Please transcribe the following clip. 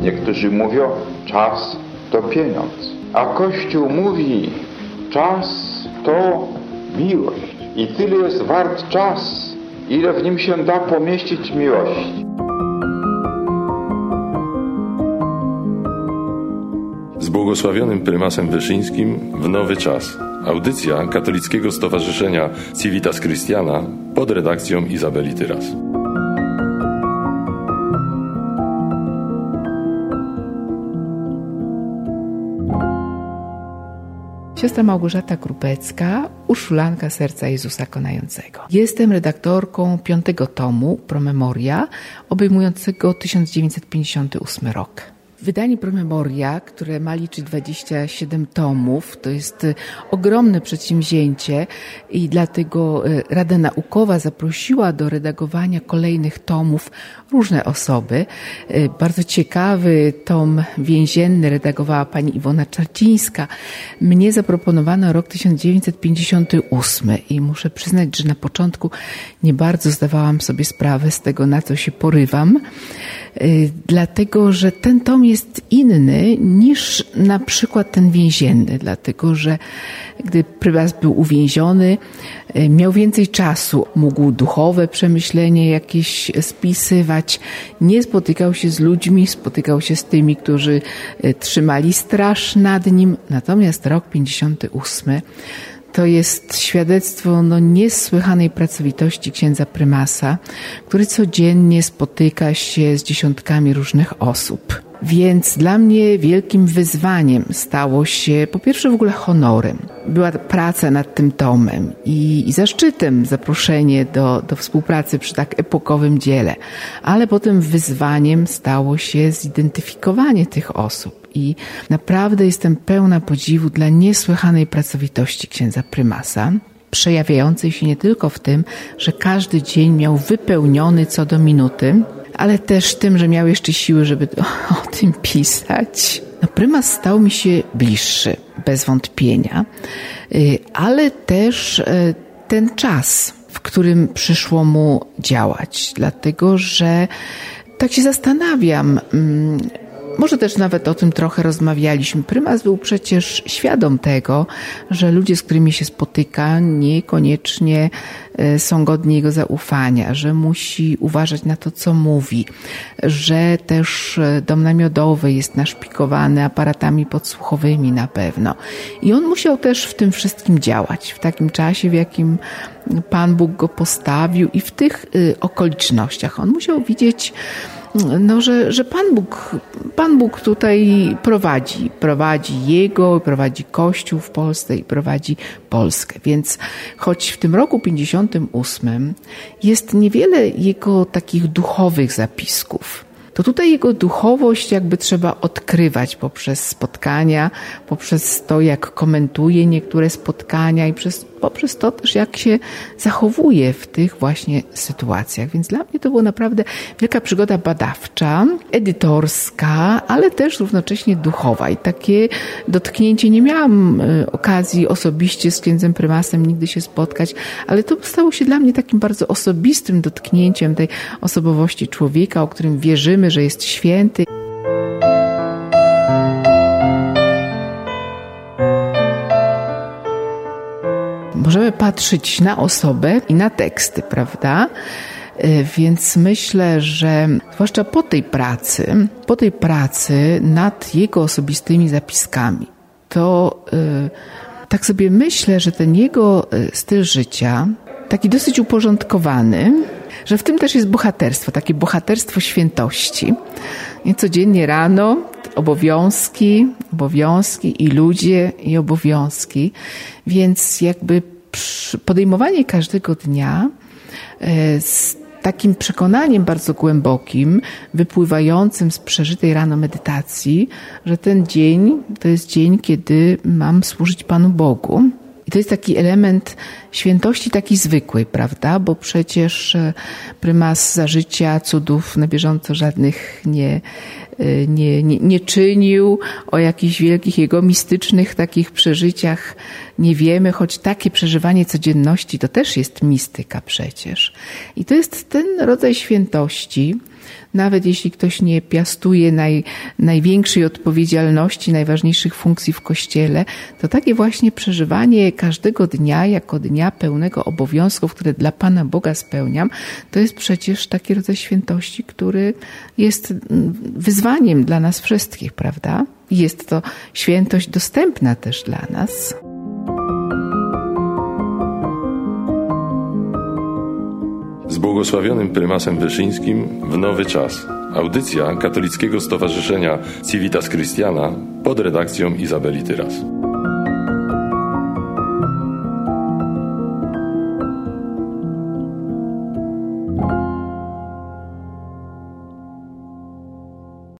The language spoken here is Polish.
Niektórzy mówią, czas to pieniądz. A Kościół mówi, czas to miłość. I tyle jest wart czas, ile w nim się da pomieścić miłości. Z błogosławionym prymasem Wyszyńskim w Nowy Czas. Audycja Katolickiego Stowarzyszenia Civitas Christiana pod redakcją Izabeli Tyras. Siostra Małgorzata Krupecka, Urszulanka Serca Jezusa Konającego. Jestem redaktorką 5. tomu Promemoria, obejmującego 1958 rok. Wydanie Promemoria, które ma liczyć 27 tomów, to jest ogromne przedsięwzięcie i dlatego Rada Naukowa zaprosiła do redagowania kolejnych tomów różne osoby. Bardzo ciekawy tom więzienny redagowała pani Iwona Czarcińska. Mnie zaproponowano rok 1958 i muszę przyznać, że na początku nie bardzo zdawałam sobie sprawę z tego, na co się porywam, dlatego że ten tom jest inny niż na przykład ten więzienny, dlatego że gdy prymas był uwięziony, miał więcej czasu, mógł duchowe przemyślenie jakieś spisywać, nie spotykał się z ludźmi, spotykał się z tymi, którzy trzymali straż nad nim. Natomiast rok 58 to jest świadectwo niesłychanej pracowitości księdza prymasa, który codziennie spotyka się z dziesiątkami różnych osób. Więc dla mnie wielkim wyzwaniem stało się po pierwsze w ogóle honorem. Była praca nad tym tomem i zaszczytem zaproszenie do współpracy przy tak epokowym dziele. Ale potem wyzwaniem stało się zidentyfikowanie tych osób. I naprawdę jestem pełna podziwu dla niesłychanej pracowitości księdza prymasa, przejawiającej się nie tylko w tym, że każdy dzień miał wypełniony co do minuty, ale też tym, że miał jeszcze siły, żeby o tym pisać. Prymas stał mi się bliższy, bez wątpienia, ale też ten czas, w którym przyszło mu działać, dlatego że tak się zastanawiam, może też nawet o tym trochę rozmawialiśmy. Prymas był przecież świadom tego, że ludzie, z którymi się spotyka, niekoniecznie są godni jego zaufania, że musi uważać na to, co mówi, że też dom namiotowy jest naszpikowany aparatami podsłuchowymi na pewno. I on musiał też w tym wszystkim działać, w takim czasie, w jakim Pan Bóg go postawił i w tych okolicznościach. On musiał widzieć, że Pan Bóg tutaj prowadzi jego, prowadzi Kościół w Polsce i prowadzi Polskę. Więc choć w tym roku 58 jest niewiele jego takich duchowych zapisków, to tutaj jego duchowość jakby trzeba odkrywać poprzez spotkania, poprzez to, jak komentuje niektóre spotkania i poprzez to też, jak się zachowuje w tych właśnie sytuacjach. Więc dla mnie to była naprawdę wielka przygoda badawcza, edytorska, ale też równocześnie duchowa. I takie dotknięcie, nie miałam okazji osobiście z księdzem prymasem nigdy się spotkać, ale to stało się dla mnie takim bardzo osobistym dotknięciem tej osobowości człowieka, o którym wierzymy, że jest święty. Możemy patrzeć na osobę i na teksty, prawda? Więc myślę, że zwłaszcza po tej pracy nad jego osobistymi zapiskami, to tak sobie myślę, że ten jego styl życia, taki dosyć uporządkowany, że w tym też jest bohaterstwo, takie bohaterstwo świętości. I codziennie rano obowiązki i ludzie i obowiązki, więc jakby podejmowanie każdego dnia z takim przekonaniem bardzo głębokim, wypływającym z przeżytej rano medytacji, że ten dzień to jest dzień, kiedy mam służyć Panu Bogu. I to jest taki element świętości takiej zwykłej, prawda? Bo przecież prymas za życia cudów na bieżąco żadnych nie czynił, o jakichś wielkich jego mistycznych takich przeżyciach nie wiemy, choć takie przeżywanie codzienności to też jest mistyka przecież. I to jest ten rodzaj świętości, nawet jeśli ktoś nie piastuje największej odpowiedzialności, najważniejszych funkcji w Kościele, to takie właśnie przeżywanie każdego dnia jako dnia pełnego obowiązków, które dla Pana Boga spełniam, to jest przecież taki rodzaj świętości, który jest wyzwaniem dla nas wszystkich, prawda? I jest to świętość dostępna też dla nas. Z błogosławionym prymasem Wyszyńskim w nowy czas. Audycja Katolickiego Stowarzyszenia Civitas Christiana pod redakcją Izabeli Tyras.